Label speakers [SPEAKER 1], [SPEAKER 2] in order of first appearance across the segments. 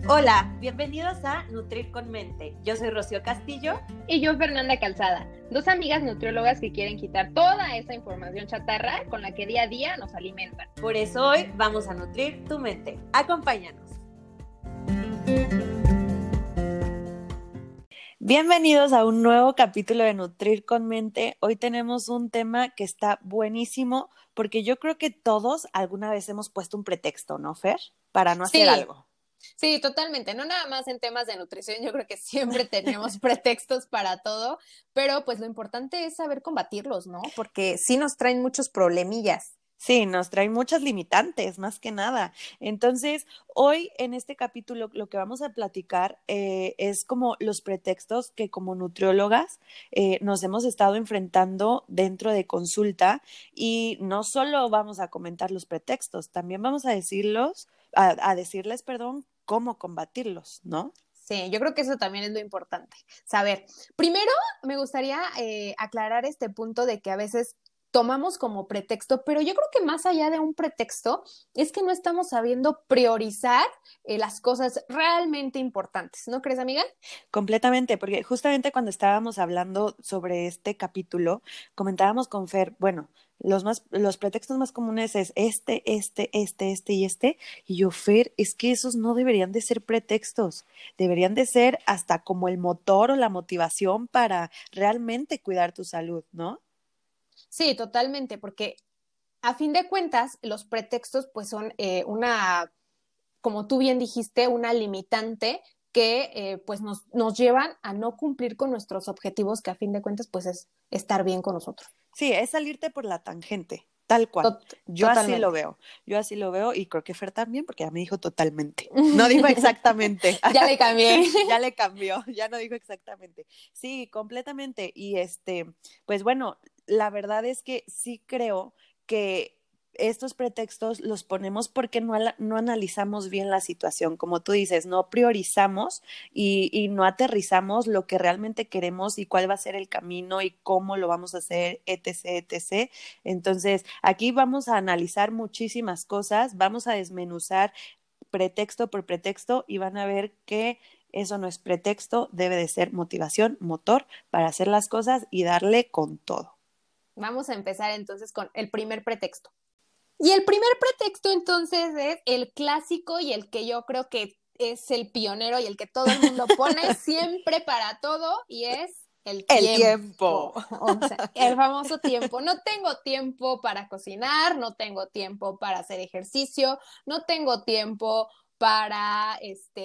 [SPEAKER 1] Hola, bienvenidos a Nutrir con Mente. Yo soy Rocío Castillo.
[SPEAKER 2] Y yo, Fernanda Calzada, dos amigas nutriólogas que quieren quitar toda esa información chatarra con la que día a día nos alimentan.
[SPEAKER 1] Por eso hoy vamos a nutrir tu mente. Acompáñanos. Bienvenidos a un nuevo capítulo de Nutrir con Mente. Hoy tenemos un tema que está buenísimo porque yo creo que todos alguna vez hemos puesto un pretexto, ¿no, Fer? Para no hacer algo.
[SPEAKER 2] Sí, totalmente. No nada más en temas de nutrición, yo creo que siempre tenemos pretextos para todo, pero pues lo importante es saber combatirlos, ¿no? Porque sí nos traen muchos problemillas.
[SPEAKER 1] Sí, nos traen muchas limitantes, más que nada. Entonces, hoy en este capítulo lo que vamos a platicar es como los pretextos que como nutriólogas nos hemos estado enfrentando dentro de consulta y no solo vamos a comentar los pretextos, también vamos a decirles, cómo combatirlos, ¿no?
[SPEAKER 2] Sí, yo creo que eso también es lo importante. Saber, primero me gustaría aclarar este punto de que a veces tomamos como pretexto, pero yo creo que más allá de un pretexto es que no estamos sabiendo priorizar las cosas realmente importantes, ¿no crees, amiga?
[SPEAKER 1] Completamente, porque justamente cuando estábamos hablando sobre este capítulo, comentábamos con Fer, bueno, los pretextos más comunes es este y este, y yo, Fer, es que esos no deberían de ser pretextos, deberían de ser hasta como el motor o la motivación para realmente cuidar tu salud, ¿no?
[SPEAKER 2] Sí, totalmente, porque a fin de cuentas los pretextos pues son como tú bien dijiste, una limitante que pues nos llevan a no cumplir con nuestros objetivos, que a fin de cuentas pues es estar bien con nosotros.
[SPEAKER 1] Sí, es salirte por la tangente, tal cual.
[SPEAKER 2] Totalmente.
[SPEAKER 1] Yo así lo veo y creo que Fer también, porque ya me dijo totalmente. No dijo exactamente.
[SPEAKER 2] Ya le cambié.
[SPEAKER 1] Ya le cambió, ya no dijo exactamente. Sí, completamente. Y pues bueno, la verdad es que sí creo que estos pretextos los ponemos porque no analizamos bien la situación, como tú dices, no priorizamos y no aterrizamos lo que realmente queremos y cuál va a ser el camino y cómo lo vamos a hacer, etc., etc. Entonces, aquí vamos a analizar muchísimas cosas, vamos a desmenuzar pretexto por pretexto y van a ver que eso no es pretexto, debe de ser motivación, motor para hacer las cosas y darle con todo.
[SPEAKER 2] Vamos a empezar entonces con el primer pretexto. Y el primer pretexto entonces es el clásico y el que yo creo que es el pionero y el que todo el mundo pone siempre para todo y es el tiempo. O sea, el famoso tiempo. No tengo tiempo para cocinar, no tengo tiempo para hacer ejercicio, no tengo tiempo para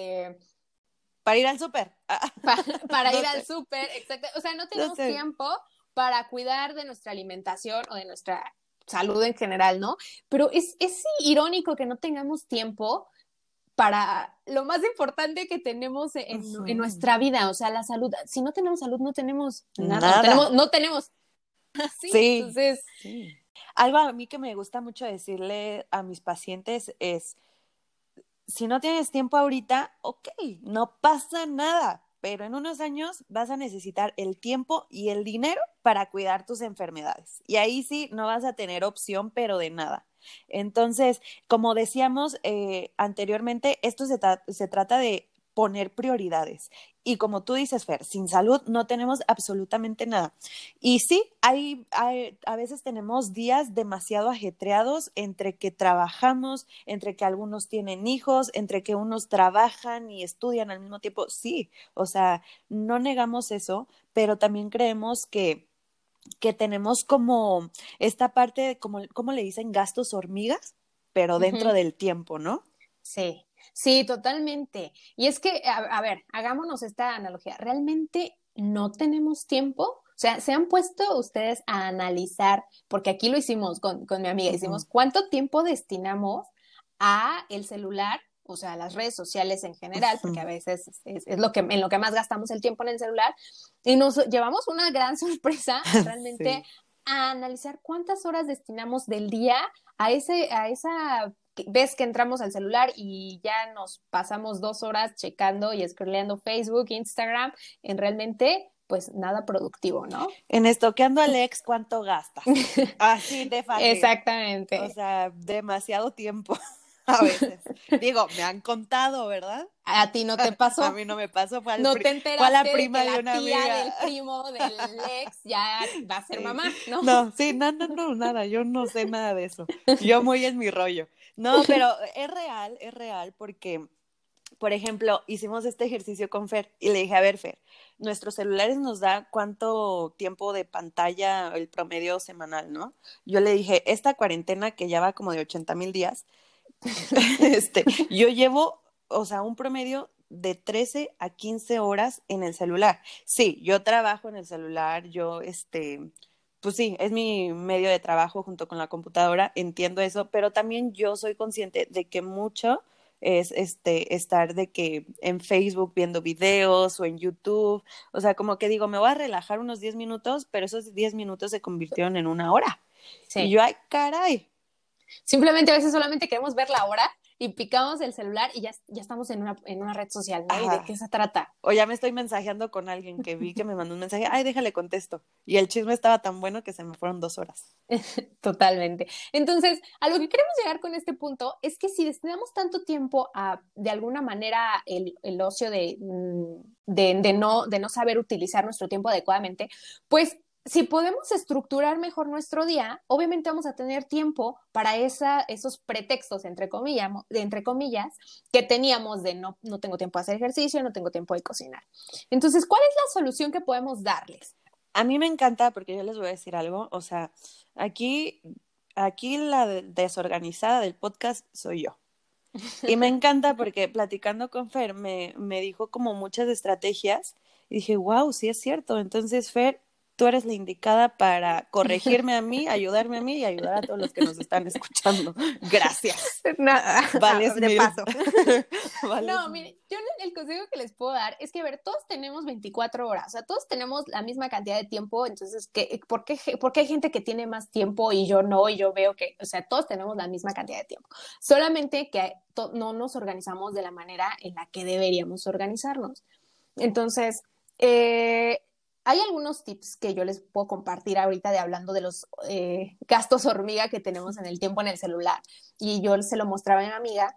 [SPEAKER 1] Para ir al súper.
[SPEAKER 2] para
[SPEAKER 1] No
[SPEAKER 2] ir al
[SPEAKER 1] sé,
[SPEAKER 2] súper, exacto. O sea, no
[SPEAKER 1] no
[SPEAKER 2] tenemos
[SPEAKER 1] sé.
[SPEAKER 2] tiempo para cuidar de nuestra alimentación o de nuestra salud en general, ¿no? Pero es irónico que no tengamos tiempo para lo más importante que tenemos en nuestra vida, o sea, la salud. Si no tenemos salud, no tenemos nada,
[SPEAKER 1] Nada.
[SPEAKER 2] no tenemos así.
[SPEAKER 1] Sí,
[SPEAKER 2] Entonces,
[SPEAKER 1] sí. Algo a mí que me gusta mucho decirle a mis pacientes es, si no tienes tiempo ahorita, ok, no pasa nada, pero en unos años vas a necesitar el tiempo y el dinero para cuidar tus enfermedades. Y ahí sí no vas a tener opción, pero de nada. Entonces, como decíamos anteriormente, esto se trata de poner prioridades. Y como tú dices, Fer, sin salud no tenemos absolutamente nada. Y sí, a veces tenemos días demasiado ajetreados entre que trabajamos, entre que algunos tienen hijos, entre que unos trabajan y estudian al mismo tiempo. Sí, o sea, no negamos eso, pero también creemos que tenemos como esta parte, de, como le dicen, gastos hormigas, pero dentro
[SPEAKER 2] uh-huh.
[SPEAKER 1] del tiempo, ¿no?
[SPEAKER 2] Sí, sí, totalmente. Y es que, a ver, hagámonos esta analogía. ¿Realmente no tenemos tiempo? O sea, ¿se han puesto ustedes a analizar, porque aquí lo hicimos con mi amiga, hicimos
[SPEAKER 1] Uh-huh.
[SPEAKER 2] cuánto tiempo destinamos a el celular, o sea, a las redes sociales en general, porque a
[SPEAKER 1] Uh-huh.
[SPEAKER 2] veces es lo que, en lo que más gastamos el tiempo en el celular, y nos llevamos una gran sorpresa realmente
[SPEAKER 1] Sí.
[SPEAKER 2] a analizar cuántas horas destinamos del día a esa ves que entramos al celular y ya nos pasamos 2 horas checando y scrolleando Facebook, Instagram, en realmente, pues nada productivo, ¿no?
[SPEAKER 1] En estoqueando al ex, ¿cuánto gastas? Así de fácil. O
[SPEAKER 2] Exactamente.
[SPEAKER 1] sea, demasiado tiempo. A veces. Digo, me han contado, ¿verdad?
[SPEAKER 2] A ti no te pasó.
[SPEAKER 1] A mí no me pasó,
[SPEAKER 2] No te
[SPEAKER 1] fue a
[SPEAKER 2] enteraste
[SPEAKER 1] la
[SPEAKER 2] de
[SPEAKER 1] prima
[SPEAKER 2] que
[SPEAKER 1] de
[SPEAKER 2] la
[SPEAKER 1] una
[SPEAKER 2] tía
[SPEAKER 1] amiga.
[SPEAKER 2] del primo del ex ya va a ser
[SPEAKER 1] Sí.
[SPEAKER 2] mamá, ¿no?
[SPEAKER 1] No, sí, no, nada, yo no sé nada de eso. Yo muy en mi rollo. No, pero es real porque, por ejemplo, hicimos este ejercicio con Fer y le dije, a ver, Fer, nuestros celulares nos da cuánto tiempo de pantalla el promedio semanal, ¿no? Yo le dije, esta cuarentena que ya va como de 80,000 días, yo llevo, o sea, un promedio de 13 a 15 horas en el celular. Sí, yo trabajo en el celular, pues sí, es mi medio de trabajo junto con la computadora, entiendo eso, pero también yo soy consciente de que mucho es estar de que en Facebook viendo videos o en YouTube, o sea, como que digo, me voy a relajar unos 10 minutos, pero esos 10 minutos se convirtieron en una hora. Y
[SPEAKER 2] Sí.
[SPEAKER 1] yo, ay, caray.
[SPEAKER 2] Simplemente a veces solamente queremos ver la hora y picamos el celular y ya estamos en una red social, ¿no? ¿Y de qué
[SPEAKER 1] Ajá.
[SPEAKER 2] se trata?
[SPEAKER 1] O ya me estoy mensajeando con alguien que vi que me mandó un mensaje, ay, déjale contesto. Y el chisme estaba tan bueno que se me fueron 2 horas.
[SPEAKER 2] Totalmente. Entonces, a lo que queremos llegar con este punto es que si destinamos tanto tiempo a, de alguna manera, el ocio de no saber utilizar nuestro tiempo adecuadamente, pues si podemos estructurar mejor nuestro día, obviamente vamos a tener tiempo para esos pretextos, entre comillas, que teníamos de no tengo tiempo de hacer ejercicio, no tengo tiempo de cocinar. Entonces, ¿cuál es la solución que podemos darles?
[SPEAKER 1] A mí me encanta porque yo les voy a decir algo, o sea, aquí, aquí la desorganizada del podcast soy yo. Y me encanta porque platicando con Fer me dijo como muchas estrategias y dije, wow, sí es cierto. Entonces, Fer, tú eres la indicada para corregirme a mí, ayudarme a mí y ayudar a todos los que nos están escuchando. Gracias. Vales
[SPEAKER 2] De
[SPEAKER 1] mil.
[SPEAKER 2] paso.
[SPEAKER 1] Vales
[SPEAKER 2] No,
[SPEAKER 1] mil.
[SPEAKER 2] mire, yo el consejo que les puedo dar es que, a ver, todos tenemos 24 horas, o sea, todos tenemos la misma cantidad de tiempo, entonces, ¿por qué hay gente que tiene más tiempo y yo no? Y yo veo que, o sea, todos tenemos la misma cantidad de tiempo, solamente que no nos organizamos de la manera en la que deberíamos organizarnos. Entonces, eh, hay algunos tips que yo les puedo compartir ahorita de hablando de los gastos hormiga que tenemos en el tiempo en el celular, y yo se lo mostraba a mi amiga,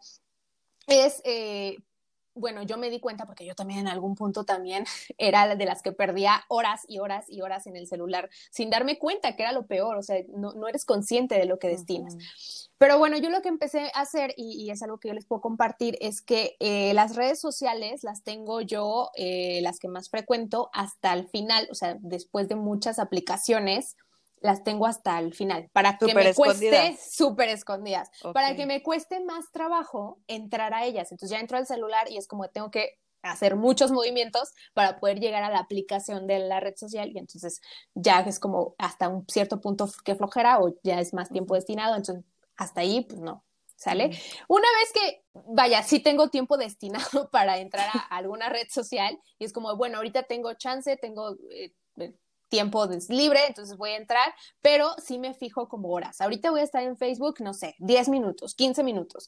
[SPEAKER 2] es, bueno, yo me di cuenta porque yo también en algún punto también era de las que perdía horas y horas y horas en el celular sin darme cuenta que era lo peor, o sea, no eres consciente de lo que destinas.
[SPEAKER 1] Ujú.
[SPEAKER 2] Pero bueno, yo lo que empecé a hacer, y es algo que yo les puedo compartir, es que las redes sociales las tengo yo, las que más frecuento, hasta el final, o sea, después de muchas aplicaciones, las tengo hasta el final, para que
[SPEAKER 1] Súper
[SPEAKER 2] me cueste
[SPEAKER 1] escondidas.
[SPEAKER 2] súper escondidas,
[SPEAKER 1] Ok.
[SPEAKER 2] para que me cueste más trabajo entrar a ellas. Entonces ya entro al celular y es como que tengo que hacer muchos movimientos para poder llegar a la aplicación de la red social, y entonces ya es como hasta un cierto punto que flojera o ya es más tiempo
[SPEAKER 1] Ujú,
[SPEAKER 2] destinado, entonces hasta ahí pues no. ¿Sale?
[SPEAKER 1] ujú.
[SPEAKER 2] Una vez que, vaya, sí tengo tiempo destinado para entrar a alguna red social y es como, bueno, ahorita tengo chance, tengo tiempo libre, entonces voy a entrar, pero sí me fijo como horas. Ahorita voy a estar en Facebook, no sé, 10 minutos, 15 minutos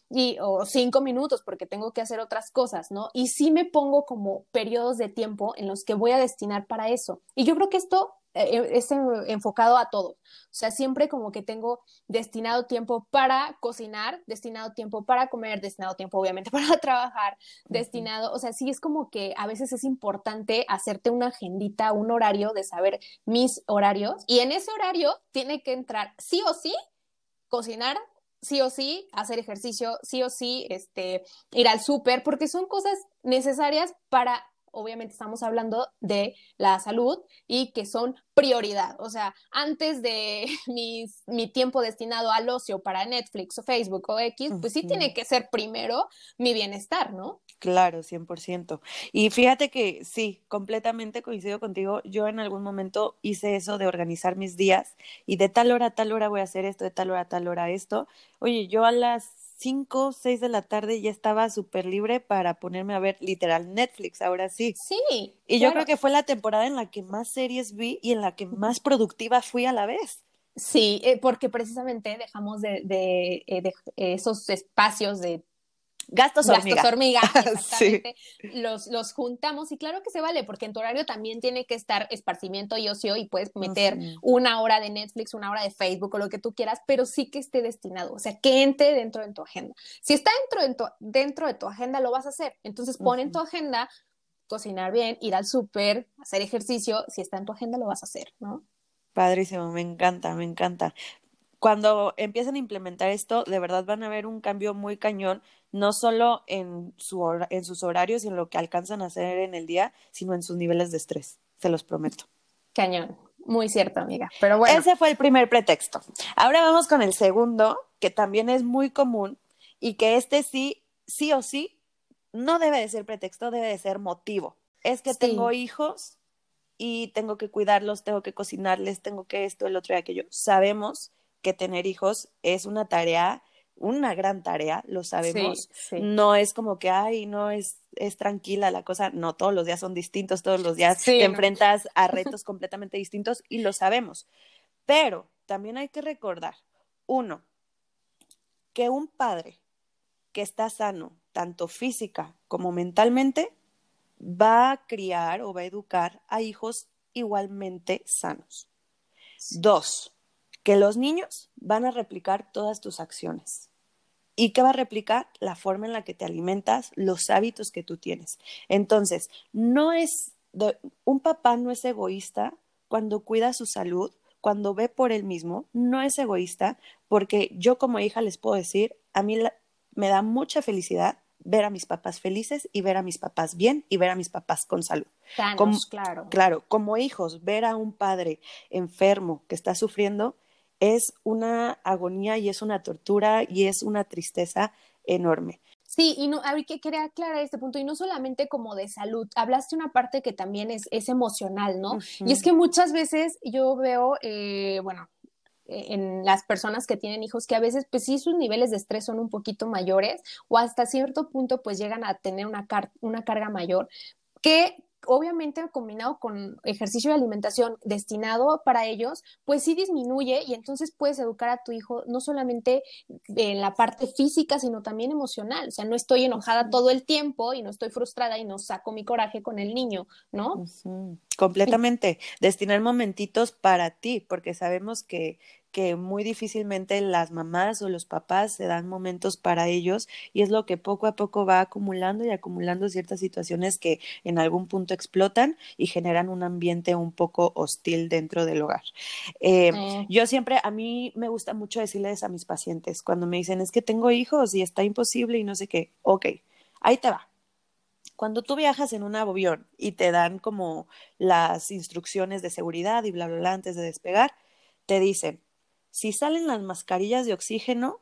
[SPEAKER 2] o 5 minutos porque tengo que hacer otras cosas, ¿no? Y sí me pongo como periodos de tiempo en los que voy a destinar para eso. Y yo creo que esto es enfocado a todo. O sea, siempre como que tengo destinado tiempo para cocinar, destinado tiempo para comer, destinado tiempo obviamente para trabajar,
[SPEAKER 1] Ujú.
[SPEAKER 2] destinado, o sea, sí es como que a veces es importante hacerte una agendita, un horario de saber mis horarios, y en ese horario tiene que entrar sí o sí cocinar, sí o sí hacer ejercicio, sí o sí ir al súper, porque son cosas necesarias para, obviamente estamos hablando de la salud y que son prioridad. O sea, antes de mi tiempo destinado al ocio para Netflix o Facebook o X, pues sí
[SPEAKER 1] Ujú.
[SPEAKER 2] tiene que ser primero mi bienestar, ¿no?
[SPEAKER 1] Claro, 100%. Y fíjate que sí, completamente coincido contigo. Yo en algún momento hice eso de organizar mis días y de tal hora a tal hora voy a hacer esto, de tal hora a tal hora esto. Oye, yo a las 5, 6 de la tarde ya estaba súper libre para ponerme a ver literal Netflix, ahora sí.
[SPEAKER 2] Sí,
[SPEAKER 1] Y yo creo
[SPEAKER 2] claro.
[SPEAKER 1] que fue la temporada en la que más series vi y en la que más productiva fui a la vez.
[SPEAKER 2] Sí, porque precisamente dejamos de esos espacios de
[SPEAKER 1] Gastos
[SPEAKER 2] gastos
[SPEAKER 1] hormiga.
[SPEAKER 2] hormiga,
[SPEAKER 1] Sí.
[SPEAKER 2] exactamente, los juntamos y claro que se vale, porque en tu horario también tiene que estar esparcimiento y ocio y puedes meter
[SPEAKER 1] Ujú,
[SPEAKER 2] una hora de Netflix, una hora de Facebook o lo que tú quieras, pero sí que esté destinado, o sea, que entre dentro de tu agenda. Si está dentro de tu agenda, lo vas a hacer. Entonces pon en tu
[SPEAKER 1] ujú.
[SPEAKER 2] agenda cocinar bien, ir al súper, hacer ejercicio, si está en tu agenda, lo vas a hacer, ¿no?
[SPEAKER 1] Padrísimo, me encanta, me encanta. Cuando empiecen a implementar esto, de verdad van a ver un cambio muy cañón, no solo en en sus horarios y en lo que alcanzan a hacer en el día, sino en sus niveles de estrés, se los prometo.
[SPEAKER 2] Cañón. Muy cierto, amiga. Pero bueno,
[SPEAKER 1] Ese fue el primer pretexto. Ahora vamos con el segundo, que también es muy común y que este sí, sí o sí, no debe de ser pretexto, debe de ser motivo. Es que tengo
[SPEAKER 2] sí,
[SPEAKER 1] hijos y tengo que cuidarlos, tengo que cocinarles, tengo que esto, el otro y aquello. Sabemos que tener hijos es una tarea, una gran tarea, lo
[SPEAKER 2] sí,
[SPEAKER 1] sabemos.
[SPEAKER 2] sí.
[SPEAKER 1] No es como que, ay, no es tranquila la cosa. No, todos los días son distintos, todos los días te
[SPEAKER 2] Sí, no.
[SPEAKER 1] enfrentas a retos completamente distintos y lo sabemos. Pero también hay que recordar, uno, que un padre que está sano, tanto física como mentalmente, va a criar o va a educar a hijos igualmente sanos. Dos, que los niños van a replicar todas tus acciones. ¿Y qué va a replicar? La forma en la que te alimentas, los hábitos que tú tienes. Entonces, un papá no es egoísta cuando cuida su salud, cuando ve por él mismo, no es egoísta, porque yo como hija les puedo decir, me da mucha felicidad ver a mis papás felices y ver a mis papás bien y ver a mis papás con salud.
[SPEAKER 2] Sanos,
[SPEAKER 1] Como,
[SPEAKER 2] claro.
[SPEAKER 1] claro, como hijos, ver a un padre enfermo que está sufriendo es una agonía y es una tortura y es una tristeza enorme.
[SPEAKER 2] Sí, y no, a ver, que quería aclarar este punto, y no solamente como de salud, hablaste una parte que también es emocional, ¿no? Y es
[SPEAKER 1] Ujú,
[SPEAKER 2] que muchas veces yo veo, bueno, en las personas que tienen hijos, que a veces, pues sí, sus niveles de estrés son un poquito mayores o hasta cierto punto, pues llegan a tener una carga mayor, que obviamente combinado con ejercicio y alimentación destinado para ellos, pues sí disminuye y entonces puedes educar a tu hijo no solamente en la parte física, sino también emocional. O sea, no estoy enojada
[SPEAKER 1] ujú,
[SPEAKER 2] todo el tiempo y no estoy frustrada y no saco mi coraje con el niño, ¿no?
[SPEAKER 1] ujú.
[SPEAKER 2] Y
[SPEAKER 1] Completamente. Destinar momentitos para ti, porque sabemos que muy difícilmente las mamás o los papás se dan momentos para ellos y es lo que poco a poco va acumulando y acumulando ciertas situaciones que en algún punto explotan y generan un ambiente un poco hostil dentro del hogar. Eh,
[SPEAKER 2] eh,
[SPEAKER 1] yo siempre, a mí me gusta mucho decirles a mis pacientes cuando me dicen, es que tengo hijos y está imposible y no sé qué, ok, ahí te va. Cuando tú viajas en un avión y te dan como las instrucciones de seguridad y bla, bla, bla antes de despegar, te dicen, si salen las mascarillas de oxígeno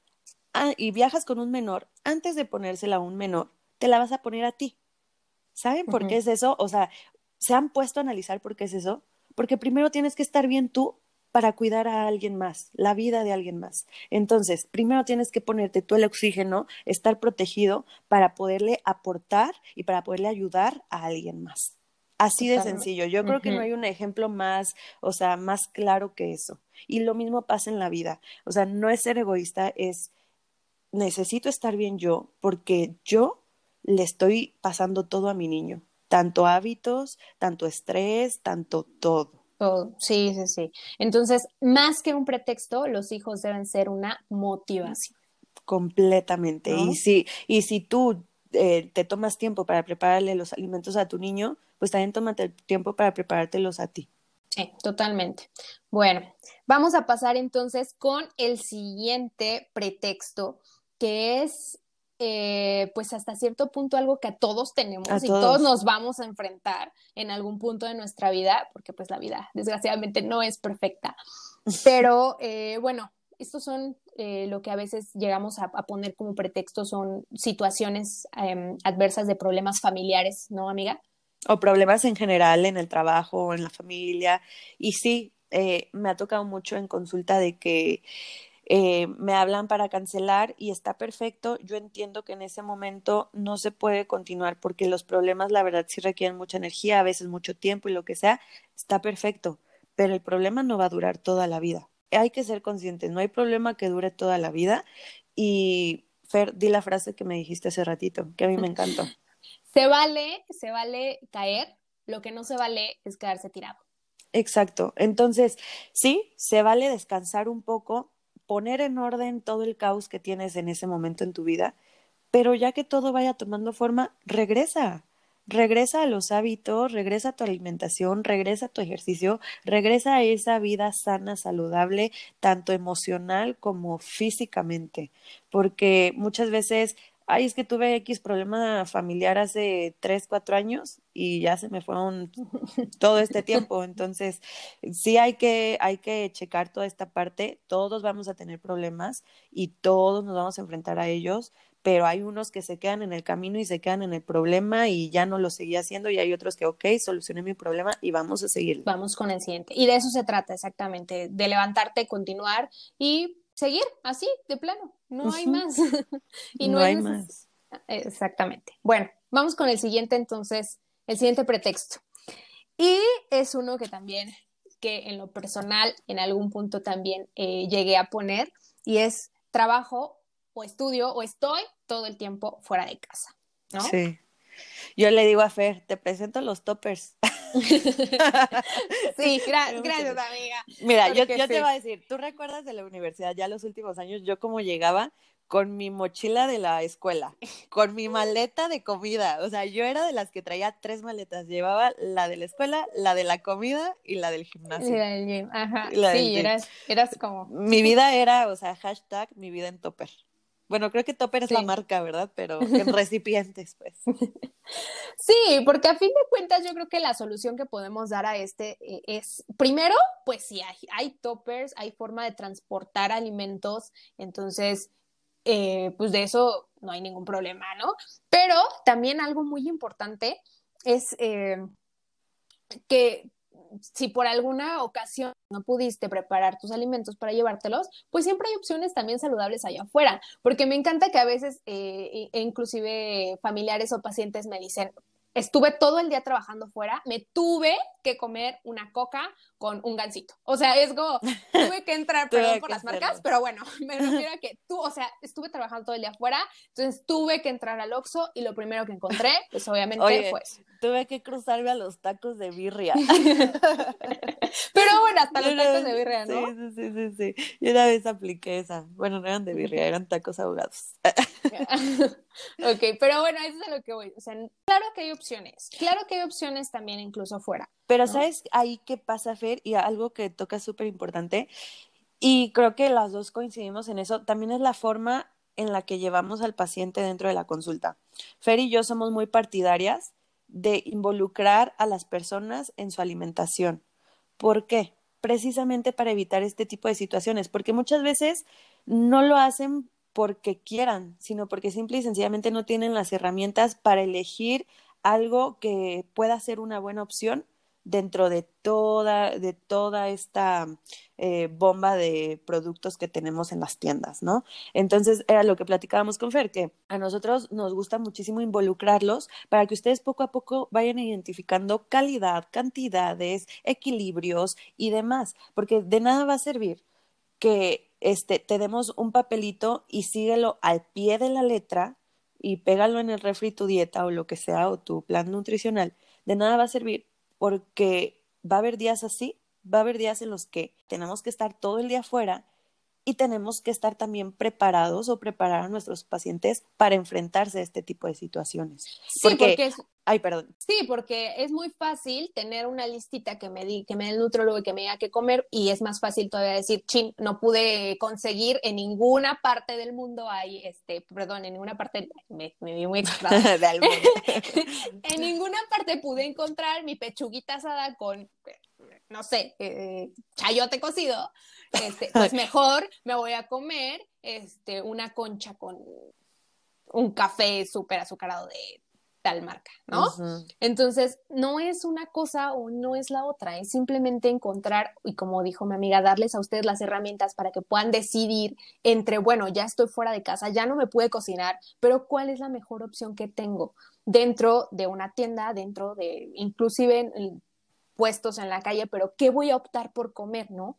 [SPEAKER 1] y viajas con un menor, antes de ponérsela a un menor, te la vas a poner a ti. ¿Saben por qué
[SPEAKER 2] ujú.
[SPEAKER 1] es eso? O sea, ¿se han puesto a analizar por qué es eso? Porque primero tienes que estar bien tú para cuidar a alguien más, la vida de alguien más. Entonces, primero tienes que ponerte tú el oxígeno, estar protegido para poderle aportar y para poderle ayudar a alguien más. Así de
[SPEAKER 2] Totalmente.
[SPEAKER 1] sencillo. Yo creo que no
[SPEAKER 2] Ujú.
[SPEAKER 1] hay un ejemplo más, o sea, más claro que eso. Y lo mismo pasa en la vida. O sea, no es ser egoísta, es necesito estar bien yo porque yo le estoy pasando todo a mi niño, tanto hábitos, tanto estrés, tanto todo,
[SPEAKER 2] Todo. Sí, sí, sí. Entonces, más que un pretexto, los hijos deben ser una motivación,
[SPEAKER 1] completamente.
[SPEAKER 2] ¿no?
[SPEAKER 1] Y si tú te tomas tiempo para prepararle los alimentos a tu niño, pues también tómate el tiempo para preparártelos a ti.
[SPEAKER 2] Sí, totalmente. Bueno, vamos a pasar entonces con el siguiente pretexto, que es, pues hasta cierto punto algo que a todos
[SPEAKER 1] A
[SPEAKER 2] tenemos y todos
[SPEAKER 1] todos.
[SPEAKER 2] nos vamos a enfrentar en algún punto de nuestra vida, porque pues la vida desgraciadamente no es perfecta. Pero bueno, estos son lo que a veces llegamos a poner como pretexto, son situaciones adversas de problemas familiares, ¿no, amiga?
[SPEAKER 1] O problemas en general en el trabajo o en la familia. Y sí, me ha tocado mucho en consulta de que me hablan para cancelar y está perfecto. Yo entiendo que en ese momento no se puede continuar porque los problemas, la verdad, sí requieren mucha energía, a veces mucho tiempo y lo que sea. Está perfecto, pero el problema no va a durar toda la vida. Hay que ser conscientes, no hay problema que dure toda la vida y Fer, di la frase que me dijiste hace ratito, que a mí me encantó.
[SPEAKER 2] Se vale caer, lo que no se vale es quedarse tirado.
[SPEAKER 1] Exacto. Entonces, sí, se vale descansar un poco, poner en orden todo el caos que tienes en ese momento en tu vida, pero ya que todo vaya tomando forma, regresa. Regresa a los hábitos, regresa a tu alimentación, regresa a tu ejercicio, regresa a esa vida sana, saludable, tanto emocional como físicamente. Porque muchas veces, ay, es que tuve X problema familiar hace 3, 4 años y ya se me fueron todo este tiempo. Entonces, sí hay que checar toda esta parte. Todos vamos a tener problemas y todos nos vamos a enfrentar a ellos, pero hay unos que se quedan en el camino y se quedan en el problema y ya no lo seguí haciendo, y hay otros que, ok, solucioné mi problema y vamos a seguir.
[SPEAKER 2] Vamos con el siguiente. Y de eso se trata exactamente, de levantarte, continuar y seguir así, de plano. No hay más. Y no
[SPEAKER 1] No
[SPEAKER 2] es
[SPEAKER 1] hay más.
[SPEAKER 2] Exactamente. Bueno, vamos con el siguiente entonces, el siguiente pretexto. Y es uno que también, que en lo personal, en algún punto también llegué a poner, y es trabajo o estudio o estoy todo el tiempo fuera de casa, ¿no?
[SPEAKER 1] Sí. Yo le digo a Fer, te presento los toppers.
[SPEAKER 2] Sí, gracias, amiga.
[SPEAKER 1] Mira,
[SPEAKER 2] Porque
[SPEAKER 1] yo te
[SPEAKER 2] sí.
[SPEAKER 1] voy a decir, ¿tú recuerdas de la universidad ya los últimos años, yo cómo llegaba con mi mochila de la escuela, con mi maleta de comida? O sea, yo era de las que traía 3 maletas, llevaba la de la escuela, la de la comida y la del gimnasio.
[SPEAKER 2] Era el gym. Ajá,
[SPEAKER 1] Y la del
[SPEAKER 2] sí,
[SPEAKER 1] gym.
[SPEAKER 2] eras como.
[SPEAKER 1] Mi vida era, o sea, hashtag mi vida en topper. Bueno, creo que topper es la
[SPEAKER 2] Sí.
[SPEAKER 1] marca, ¿verdad? Pero en recipientes, pues.
[SPEAKER 2] Sí, porque a fin de cuentas yo creo que la solución que podemos dar a este es, primero, pues sí, hay toppers, hay forma de transportar alimentos, entonces, pues de eso no hay ningún problema, ¿no? Pero también algo muy importante es que si por alguna ocasión no pudiste preparar tus alimentos para llevártelos, pues siempre hay opciones también saludables allá afuera, porque me encanta que a veces inclusive familiares o pacientes me dicen, estuve todo el día trabajando fuera, me tuve que comer una coca con un gansito. O sea, es como, tuve que entrar, perdón
[SPEAKER 1] Tuve
[SPEAKER 2] por
[SPEAKER 1] que
[SPEAKER 2] las marcas,
[SPEAKER 1] hacerlo.
[SPEAKER 2] pero bueno, me refiero a que tú, o sea, estuve trabajando todo el día afuera, entonces tuve que entrar al Oxxo y lo primero que encontré, pues obviamente
[SPEAKER 1] Oye,
[SPEAKER 2] fue eso.
[SPEAKER 1] tuve que cruzarme a los tacos de birria.
[SPEAKER 2] Pero bueno, hasta
[SPEAKER 1] Yo
[SPEAKER 2] los
[SPEAKER 1] una
[SPEAKER 2] tacos
[SPEAKER 1] vez,
[SPEAKER 2] de birria, ¿no?
[SPEAKER 1] sí, sí, sí, sí, sí. Yo una vez apliqué esa. Bueno, no eran de birria, eran tacos ahogados.
[SPEAKER 2] Ok, pero bueno, eso es a lo que voy. O sea, claro que hay opciones también incluso fuera,
[SPEAKER 1] Pero
[SPEAKER 2] ¿no?
[SPEAKER 1] ¿sabes ahí qué pasa, Fer? Y algo que toca súper importante, y creo que las dos coincidimos en eso, también es la forma en la que llevamos al paciente dentro de la consulta. Fer y yo somos muy partidarias de involucrar a las personas en su alimentación. ¿Por qué? Precisamente para evitar este tipo de situaciones, porque muchas veces no lo hacen porque quieran, sino porque simple y sencillamente no tienen las herramientas para elegir algo que pueda ser una buena opción dentro de toda esta bomba de productos que tenemos en las tiendas, ¿no? Entonces era lo que platicábamos con Fer, que a nosotros nos gusta muchísimo involucrarlos para que ustedes poco a poco vayan identificando calidad, cantidades, equilibrios y demás, porque de nada va a servir que te demos un papelito y síguelo al pie de la letra y pégalo en el refri tu dieta o lo que sea o tu plan nutricional. De nada va a servir porque va a haber días así, va a haber días en los que tenemos que estar todo el día afuera y tenemos que estar también preparados o preparar a nuestros pacientes para enfrentarse a este tipo de situaciones.
[SPEAKER 2] Sí,
[SPEAKER 1] Porque, ay, perdón.
[SPEAKER 2] sí, porque es muy fácil tener una listita que me dé el nutrólogo y que me diga qué comer, y es más fácil todavía decir, chin, no pude conseguir en ninguna parte del mundo perdón, en ninguna parte, me vi muy exagerada.
[SPEAKER 1] Del mundo.
[SPEAKER 2] En ninguna parte pude encontrar mi pechuguita asada con no sé, chayote cocido, pues mejor me voy a comer una concha con un café súper azucarado de tal marca, ¿no?
[SPEAKER 1] Uh-huh.
[SPEAKER 2] Entonces, no es una cosa o no es la otra, es simplemente encontrar, y como dijo mi amiga, darles a ustedes las herramientas para que puedan decidir entre, bueno, ya estoy fuera de casa, ya no me pude cocinar, pero ¿cuál es la mejor opción que tengo dentro de una tienda, dentro de, inclusive puestos en la calle, pero ¿qué voy a optar por comer, no?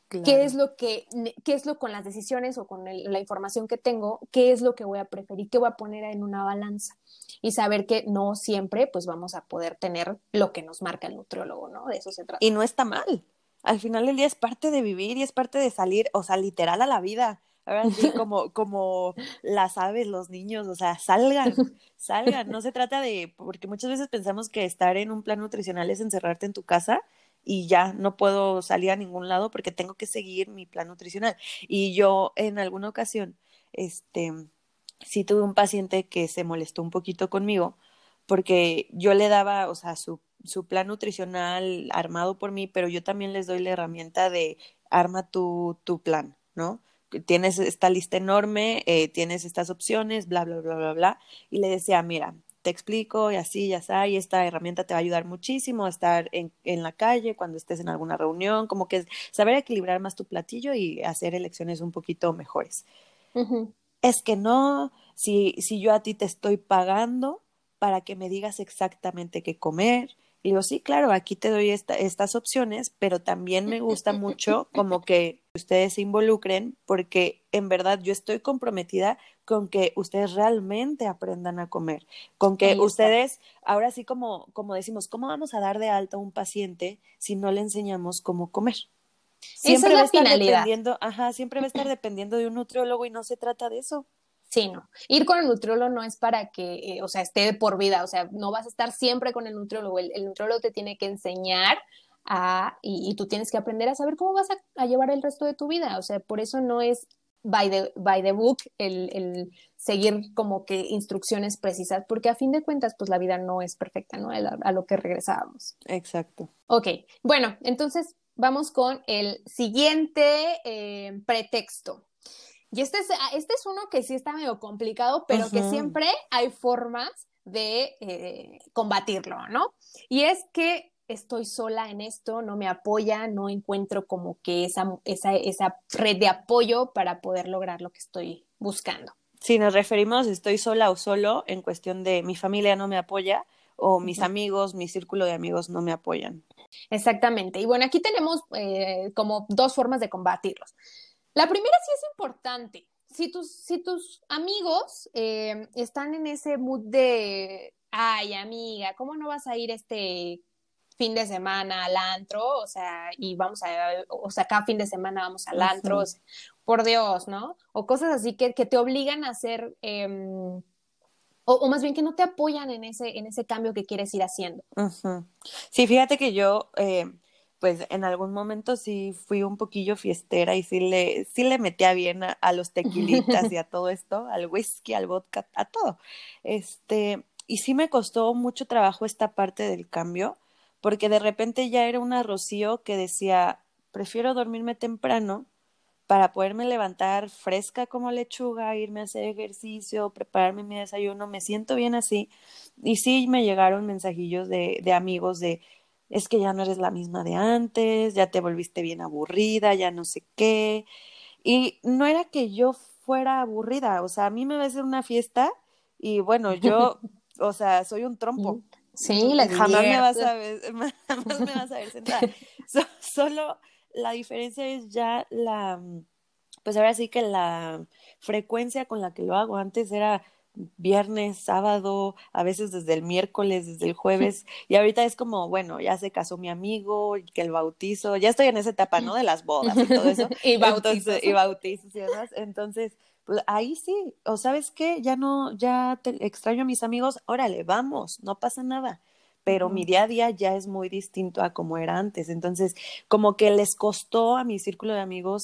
[SPEAKER 1] Claro.
[SPEAKER 2] qué es lo con las decisiones o con la información que tengo, qué es lo que voy a preferir, qué voy a poner en una balanza y saber que no siempre pues vamos a poder tener lo que nos marca el nutriólogo, ¿no? De eso se
[SPEAKER 1] Y
[SPEAKER 2] trata.
[SPEAKER 1] no está mal. Al final del día es parte de vivir y es parte de salir, o sea, literal a la vida. Ahora sí, como las aves, los niños, o sea, salgan, salgan. No se trata de, porque muchas veces pensamos que estar en un plan nutricional es encerrarte en tu casa y ya no puedo salir a ningún lado porque tengo que seguir mi plan nutricional. Y yo en alguna ocasión, este, sí tuve un paciente que se molestó un poquito conmigo porque yo le daba, o sea, su plan nutricional armado por mí, pero yo también les doy la herramienta de arma tu plan, ¿no? Tienes esta lista enorme, tienes estas opciones, bla, bla, bla, bla, bla. Y le decía, mira, te explico y así, ya sabes, y esta herramienta te va a ayudar muchísimo a estar en la calle cuando estés en alguna reunión, como que saber equilibrar más tu platillo y hacer elecciones un poquito mejores.
[SPEAKER 2] Ujú.
[SPEAKER 1] Es que no, si yo a ti te estoy pagando para que me digas exactamente qué comer. Y digo, sí, claro, aquí te doy estas opciones, pero también me gusta mucho como que ustedes se involucren porque en verdad yo estoy comprometida con que ustedes realmente aprendan a comer, con que
[SPEAKER 2] Ahí está.
[SPEAKER 1] ustedes, ahora sí como decimos, ¿cómo vamos a dar de alta a un paciente si no le enseñamos cómo comer?
[SPEAKER 2] Esa es
[SPEAKER 1] Siempre va a
[SPEAKER 2] la
[SPEAKER 1] estar
[SPEAKER 2] finalidad.
[SPEAKER 1] dependiendo, ajá, siempre va a estar dependiendo de un nutriólogo y no se trata de eso.
[SPEAKER 2] Sí, no. Ir con el nutriólogo no es para que, o sea, esté de por vida, o sea, no vas a estar siempre con el nutriólogo. El nutriólogo te tiene que enseñar y tú tienes que aprender a saber cómo vas a llevar el resto de tu vida. O sea, por eso no es by the book el seguir como que instrucciones precisas, porque a fin de cuentas, pues la vida no es perfecta, ¿no? A lo que regresábamos.
[SPEAKER 1] Exacto.
[SPEAKER 2] Ok, bueno, entonces vamos con el siguiente pretexto. Y este es uno que sí está medio complicado, pero que
[SPEAKER 1] Ujú.
[SPEAKER 2] siempre hay formas de combatirlo, ¿no? Y es que estoy sola en esto, no me apoya, no encuentro como que esa red de apoyo para poder lograr lo que estoy buscando.
[SPEAKER 1] Si nos referimos, estoy sola o solo en cuestión de mi familia no me apoya o mis
[SPEAKER 2] Ujú.
[SPEAKER 1] amigos, mi círculo de amigos no me apoyan.
[SPEAKER 2] Exactamente. Y bueno, aquí tenemos como dos formas de combatirlos. La primera sí es importante. Si tus amigos están en ese mood de, ay, amiga, ¿cómo no vas a ir este fin de semana al antro? O sea, o sea, cada fin de semana vamos al antro, o
[SPEAKER 1] Ujú,
[SPEAKER 2] sea, por Dios, ¿no? O cosas así que te obligan a hacer, o más bien que no te apoyan en ese cambio que quieres ir haciendo.
[SPEAKER 1] ujú. Sí, fíjate que yo, pues en algún momento sí fui un poquillo fiestera y sí le metía bien a los tequilitas y a todo esto, al whisky, al vodka, a todo. Y sí me costó mucho trabajo esta parte del cambio, porque de repente ya era una Rocío que decía, prefiero dormirme temprano para poderme levantar fresca como lechuga, irme a hacer ejercicio, prepararme mi desayuno, me siento bien así. Y sí me llegaron mensajillos de amigos de, es que ya no eres la misma de antes, ya te volviste bien aburrida, ya no sé qué. Y no era que yo fuera aburrida, o sea, a mí me va a hacer una fiesta y bueno, yo, o sea, soy un trompo.
[SPEAKER 2] Sí, la
[SPEAKER 1] Jamás me vas
[SPEAKER 2] diviertes.
[SPEAKER 1] a ver, jamás me vas a ver sentada. Solo la diferencia es ya pues ahora sí que la frecuencia con la que lo hago antes era viernes, sábado, a veces desde el miércoles, desde el jueves, y ahorita es como, bueno, ya se casó mi amigo, y que el bautizo, ya estoy en esa etapa, ¿no? De las bodas y todo eso,
[SPEAKER 2] Y
[SPEAKER 1] entonces,
[SPEAKER 2] bautizos.
[SPEAKER 1] y bautizos y demás, entonces, pues ahí sí, o sabes qué, ya no, ya te extraño a mis amigos, órale, vamos, no pasa nada. Pero mi
[SPEAKER 2] Ujú.
[SPEAKER 1] día a día ya es muy distinto a como era antes. Entonces, como que les costó a mi círculo de amigos,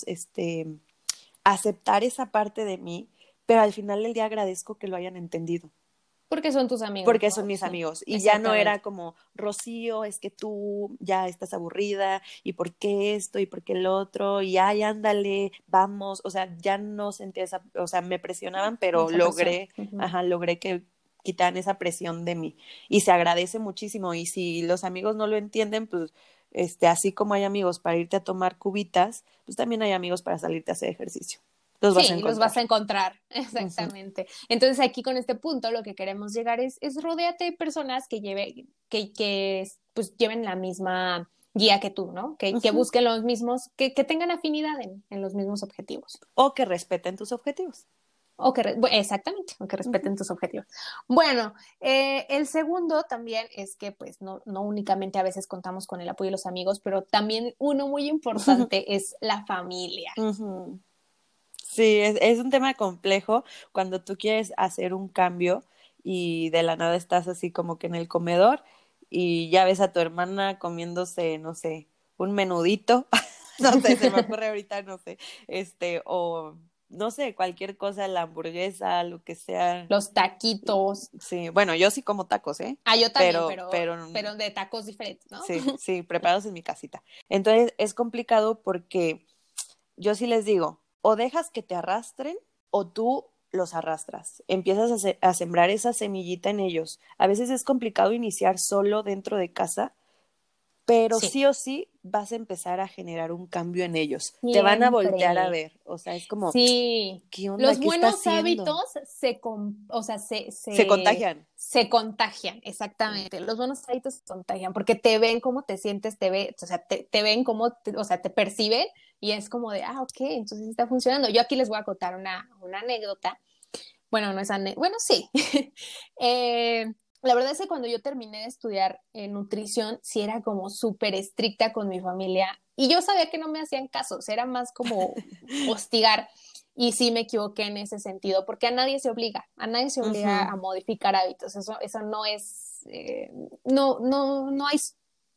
[SPEAKER 1] aceptar esa parte de mí, pero al final del día agradezco que lo hayan entendido,
[SPEAKER 2] Porque son tus amigos,
[SPEAKER 1] porque
[SPEAKER 2] ¿no?
[SPEAKER 1] son mis
[SPEAKER 2] Sí,
[SPEAKER 1] amigos. Y ya no
[SPEAKER 2] exactamente.
[SPEAKER 1] era como, Rocío, es que tú ya estás aburrida, y por qué esto, y por qué el otro, y ay, ándale, vamos. O sea, ya no sentía esa, o sea, me presionaban, pero
[SPEAKER 2] Esa presión.
[SPEAKER 1] logré,
[SPEAKER 2] Ujú.
[SPEAKER 1] ajá, logré que quitaran esa presión de mí. Y se agradece muchísimo. Y si los amigos no lo entienden, pues, así como hay amigos para irte a tomar cubitas, pues también hay amigos para salirte a hacer ejercicio. Los vas a
[SPEAKER 2] Sí, los vas a
[SPEAKER 1] encontrar.
[SPEAKER 2] encontrar,
[SPEAKER 1] Ujú.
[SPEAKER 2] exactamente. Entonces aquí con este punto lo que queremos llegar es rodéate de personas que pues lleven la misma guía que tú, ¿no? Que busquen los mismos, que tengan afinidad en los mismos objetivos.
[SPEAKER 1] O que respeten tus objetivos.
[SPEAKER 2] Exactamente, o que
[SPEAKER 1] Uh-huh.
[SPEAKER 2] respeten tus objetivos. Bueno, el segundo también es que pues no únicamente a veces contamos con el apoyo de los amigos, pero también uno muy importante es la familia.
[SPEAKER 1] Uh-huh. Sí, es un tema complejo cuando tú quieres hacer un cambio y de la nada estás así como que en el comedor y ya ves a tu hermana comiéndose, no sé, un menudito, no sé, se me ocurre ahorita, no sé, o no sé, cualquier cosa, la hamburguesa, lo que sea.
[SPEAKER 2] Los taquitos.
[SPEAKER 1] Sí, bueno, yo sí como tacos, ¿eh?
[SPEAKER 2] Ah, yo también,
[SPEAKER 1] Pero
[SPEAKER 2] pero de tacos diferentes, ¿no?
[SPEAKER 1] sí, sí, preparados en mi casita. Entonces es complicado porque yo sí les digo, o dejas que te arrastren o tú los arrastras. Empiezas a sembrar esa semillita en ellos. A veces es complicado iniciar solo dentro de casa, pero
[SPEAKER 2] Sí,
[SPEAKER 1] sí o sí vas a empezar a generar un cambio en ellos. Te van a voltear a
[SPEAKER 2] siempre.
[SPEAKER 1] ver. O sea, es como,
[SPEAKER 2] Sí,
[SPEAKER 1] ¿qué onda?
[SPEAKER 2] los
[SPEAKER 1] ¿Qué está
[SPEAKER 2] buenos
[SPEAKER 1] haciendo?
[SPEAKER 2] hábitos o sea,
[SPEAKER 1] Se contagian.
[SPEAKER 2] se contagian,
[SPEAKER 1] Sí.
[SPEAKER 2] exactamente. Los buenos hábitos se contagian porque te ven cómo te sientes, o sea, te ven cómo, o sea, te perciben y es como de, ah, ok, entonces está funcionando. Yo aquí les voy a contar una anécdota. Bueno, no es bueno, sí. eh, la verdad es que cuando yo terminé de estudiar nutrición, sí era como súper estricta con mi familia y yo sabía que no me hacían caso, era más como hostigar. Y sí me equivoqué en ese sentido, porque a nadie se obliga
[SPEAKER 1] Ujú.
[SPEAKER 2] a modificar hábitos, eso no es, no hay,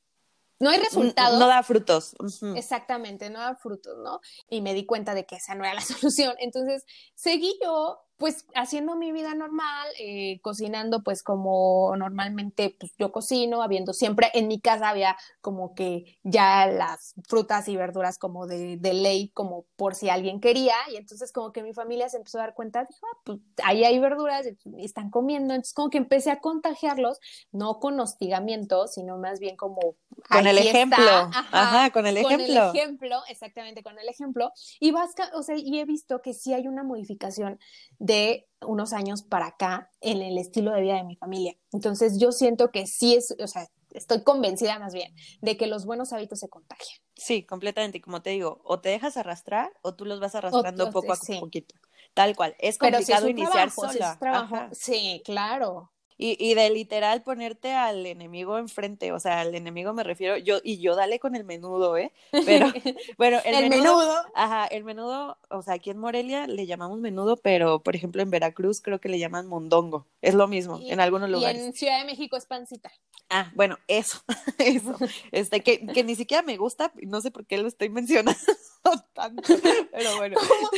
[SPEAKER 2] no hay
[SPEAKER 1] No
[SPEAKER 2] resultados.
[SPEAKER 1] da frutos. Ujú.
[SPEAKER 2] Exactamente, no da frutos, ¿no? Y me di cuenta de que esa no era la solución. Entonces, seguí yo, pues, haciendo mi vida normal, cocinando, pues, como normalmente, pues, yo cocino, habiendo siempre, en mi casa había como que ya las frutas y verduras como de ley, como por si alguien quería, y entonces como que mi familia se empezó a dar cuenta, dijo, ah, pues, ahí hay verduras, y están comiendo, entonces como que empecé a contagiarlos, no con hostigamiento, sino más bien como
[SPEAKER 1] Con el
[SPEAKER 2] aquí está,
[SPEAKER 1] ejemplo.
[SPEAKER 2] ajá,
[SPEAKER 1] Ajá, con el
[SPEAKER 2] con el
[SPEAKER 1] ejemplo.
[SPEAKER 2] ejemplo, exactamente con el ejemplo, y o sea, y he visto que sí hay una modificación de unos años para acá en el estilo de vida de mi familia. Entonces yo siento que sí es, o sea, estoy convencida más bien de que los buenos hábitos se contagian.
[SPEAKER 1] Sí, completamente. Y como te digo, o te dejas arrastrar o tú los vas arrastrando poco a
[SPEAKER 2] Sí,
[SPEAKER 1] poquito. Tal cual. Es
[SPEAKER 2] pero si es
[SPEAKER 1] complicado
[SPEAKER 2] un
[SPEAKER 1] iniciar
[SPEAKER 2] trabajo, si es
[SPEAKER 1] sola.
[SPEAKER 2] trabajo,
[SPEAKER 1] Ajá.
[SPEAKER 2] sí, claro.
[SPEAKER 1] Y de literal ponerte al enemigo enfrente, o sea, al enemigo me refiero, yo dale con el menudo, ¿eh? Pero, bueno, el
[SPEAKER 2] El
[SPEAKER 1] menudo,
[SPEAKER 2] menudo.
[SPEAKER 1] ajá, el menudo, o sea, aquí en Morelia le llamamos menudo, pero por ejemplo en Veracruz creo que le llaman mondongo, es lo mismo, en algunos
[SPEAKER 2] Y
[SPEAKER 1] lugares.
[SPEAKER 2] en Ciudad de México es pancita.
[SPEAKER 1] Ah, bueno, eso, eso, que ni siquiera me gusta, no sé por qué lo estoy mencionando tanto, pero bueno,
[SPEAKER 2] ¿Cómo?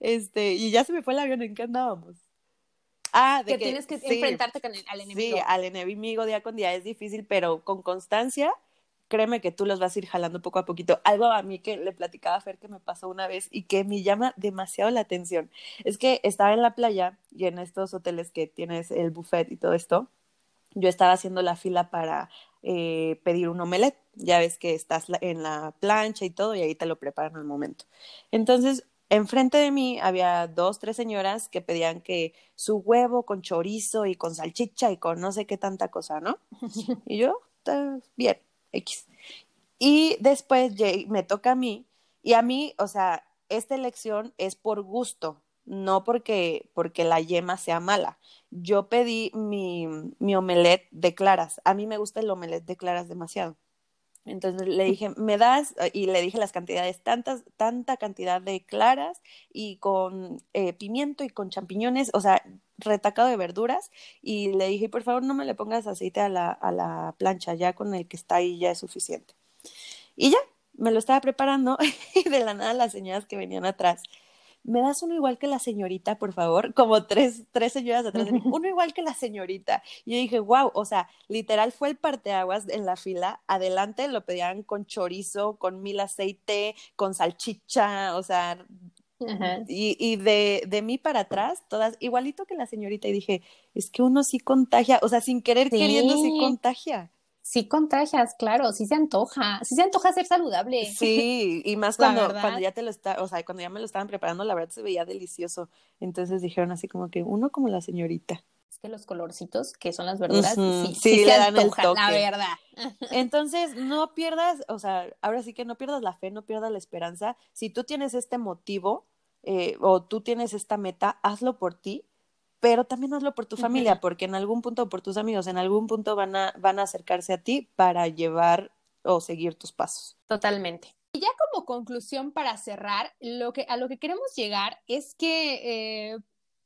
[SPEAKER 1] y ya se me fue el avión, ¿en qué andábamos? Ah, de
[SPEAKER 2] Que
[SPEAKER 1] que
[SPEAKER 2] tienes que
[SPEAKER 1] sí,
[SPEAKER 2] enfrentarte al
[SPEAKER 1] sí,
[SPEAKER 2] enemigo.
[SPEAKER 1] al enemigo día con día es difícil, pero con constancia, créeme que tú los vas a ir jalando poco a poquito. Algo a mí que le platicaba a Fer que me pasó una vez y que me llama demasiado la atención. Es que estaba en la playa y en estos hoteles que tienes el buffet y todo esto, yo estaba haciendo la fila para pedir un omelette. Ya ves que estás en la plancha y todo y ahí te lo preparan al momento. Entonces, enfrente de mí había dos, tres señoras que pedían que su huevo con chorizo y con salchicha y con no sé qué tanta cosa, ¿no? Y yo, "Está bien, X". Y después me toca a mí, o sea, esta elección es por gusto, no porque la yema sea mala. Yo pedí mi omelette de claras. A mí me gusta el omelette de claras demasiado. Entonces le dije, ¿me das? Y le dije las cantidades, tanta cantidad de claras y con pimiento y con champiñones, o sea, retacado de verduras. Y le dije, por favor, no me le pongas aceite a la plancha, ya con el que está ahí ya es suficiente. Y ya, me lo estaba preparando y de la nada las señoras que venían atrás. ¿Me das uno igual que la señorita, por favor? Como tres señoras atrás de mí. Uno igual que la señorita. Y yo dije, wow, o sea, literal fue el parteaguas en la fila. Adelante lo pedían con chorizo, con mil aceite, con salchicha, o sea,
[SPEAKER 2] Ajá.
[SPEAKER 1] y de mí para atrás, todas igualito que la señorita. Y dije, es que uno sí contagia, o sea, sin querer queriendo sí
[SPEAKER 2] Sí,
[SPEAKER 1] contagia.
[SPEAKER 2] sí contagias, claro, sí se antoja ser saludable,
[SPEAKER 1] Sí, y más
[SPEAKER 2] la
[SPEAKER 1] cuando
[SPEAKER 2] verdad.
[SPEAKER 1] ya te lo está, o sea, cuando ya me lo estaban preparando, la verdad se veía delicioso. Entonces dijeron así como que uno como la señorita.
[SPEAKER 2] Es que los colorcitos, que son las verduras, sí
[SPEAKER 1] sí
[SPEAKER 2] se
[SPEAKER 1] le dan el
[SPEAKER 2] antojan,
[SPEAKER 1] toque.
[SPEAKER 2] la verdad.
[SPEAKER 1] Entonces, no pierdas, o sea, ahora sí que no pierdas la fe, no pierdas la esperanza. Si tú tienes este motivo o tú tienes esta meta, hazlo por ti, pero también hazlo por tu familia, porque en algún punto, por tus amigos, en algún punto van a acercarse a ti para llevar o seguir tus pasos.
[SPEAKER 2] Totalmente. Y ya como conclusión para cerrar, a lo que queremos llegar es que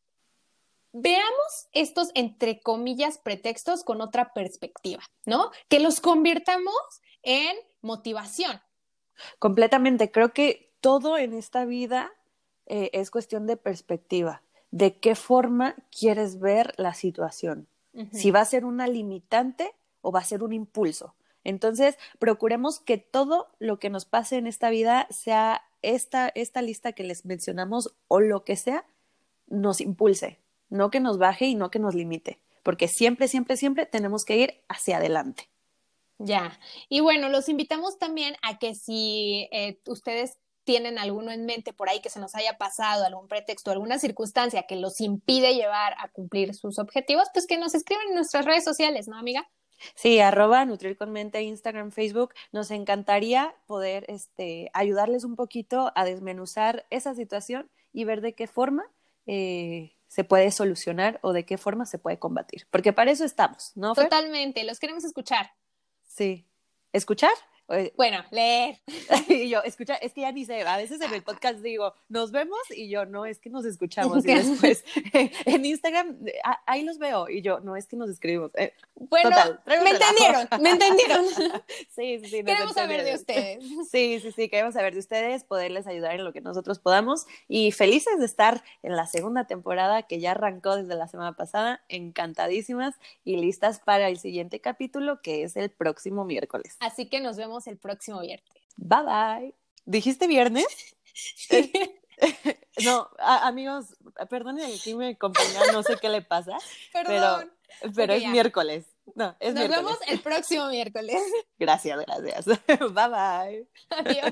[SPEAKER 2] veamos estos, entre comillas, pretextos con otra perspectiva, ¿no? Que los convirtamos en motivación.
[SPEAKER 1] Completamente, creo que todo en esta vida es cuestión de perspectiva, de qué forma quieres ver la situación, si va a ser una limitante o va a ser un impulso. Entonces, procuremos que todo lo que nos pase en esta vida, sea esta lista que les mencionamos o lo que sea, nos impulse, no que nos baje y no que nos limite, porque siempre, siempre, siempre tenemos que ir hacia adelante.
[SPEAKER 2] Ya, y bueno, los invitamos también a que si ustedes tienen alguno en mente por ahí que se nos haya pasado, algún pretexto, alguna circunstancia que los impide llevar a cumplir sus objetivos, pues que nos escriban en nuestras redes sociales, ¿no, amiga?
[SPEAKER 1] Sí, @Nutrir con Mente, Instagram, Facebook. Nos encantaría poder ayudarles un poquito a desmenuzar esa situación y ver de qué forma se puede solucionar o de qué forma se puede combatir. Porque para eso estamos, ¿no, Fer?
[SPEAKER 2] Totalmente, los queremos escuchar.
[SPEAKER 1] Sí. ¿Escuchar?
[SPEAKER 2] Bueno, leer.
[SPEAKER 1] Y yo, escuchar, es que ya ni sé, a veces en el podcast digo, nos vemos, y yo, no, es que nos escuchamos, y después en Instagram, ahí los veo, y yo, no, es que nos escribimos.
[SPEAKER 2] Bueno,
[SPEAKER 1] total,
[SPEAKER 2] me entendieron.
[SPEAKER 1] Sí.
[SPEAKER 2] Queremos saber de ustedes.
[SPEAKER 1] Sí, queremos saber de ustedes, poderles ayudar en lo que nosotros podamos, y felices de estar en la segunda temporada que ya arrancó desde la semana pasada, encantadísimas y listas para el siguiente capítulo, que es el próximo miércoles.
[SPEAKER 2] Así que nos vemos el próximo viernes.
[SPEAKER 1] Bye bye. ¿Dijiste viernes?
[SPEAKER 2] Sí.
[SPEAKER 1] No, amigos, perdonen aquí mi compañera, no sé qué le pasa.
[SPEAKER 2] Perdón.
[SPEAKER 1] Pero
[SPEAKER 2] Okay,
[SPEAKER 1] es
[SPEAKER 2] ya.
[SPEAKER 1] miércoles. No, es
[SPEAKER 2] Nos
[SPEAKER 1] miércoles.
[SPEAKER 2] vemos el próximo miércoles.
[SPEAKER 1] Gracias. Bye bye.
[SPEAKER 2] Adiós.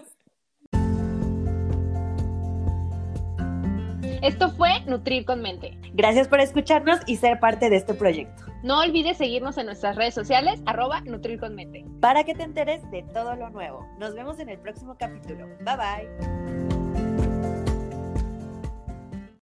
[SPEAKER 2] Esto fue Nutrir con Mente.
[SPEAKER 1] Gracias por escucharnos y ser parte de este proyecto.
[SPEAKER 2] No olvides seguirnos en nuestras redes sociales, @Nutrir con Mente.
[SPEAKER 1] Para que te enteres de todo lo nuevo. Nos vemos en el próximo capítulo. Bye bye.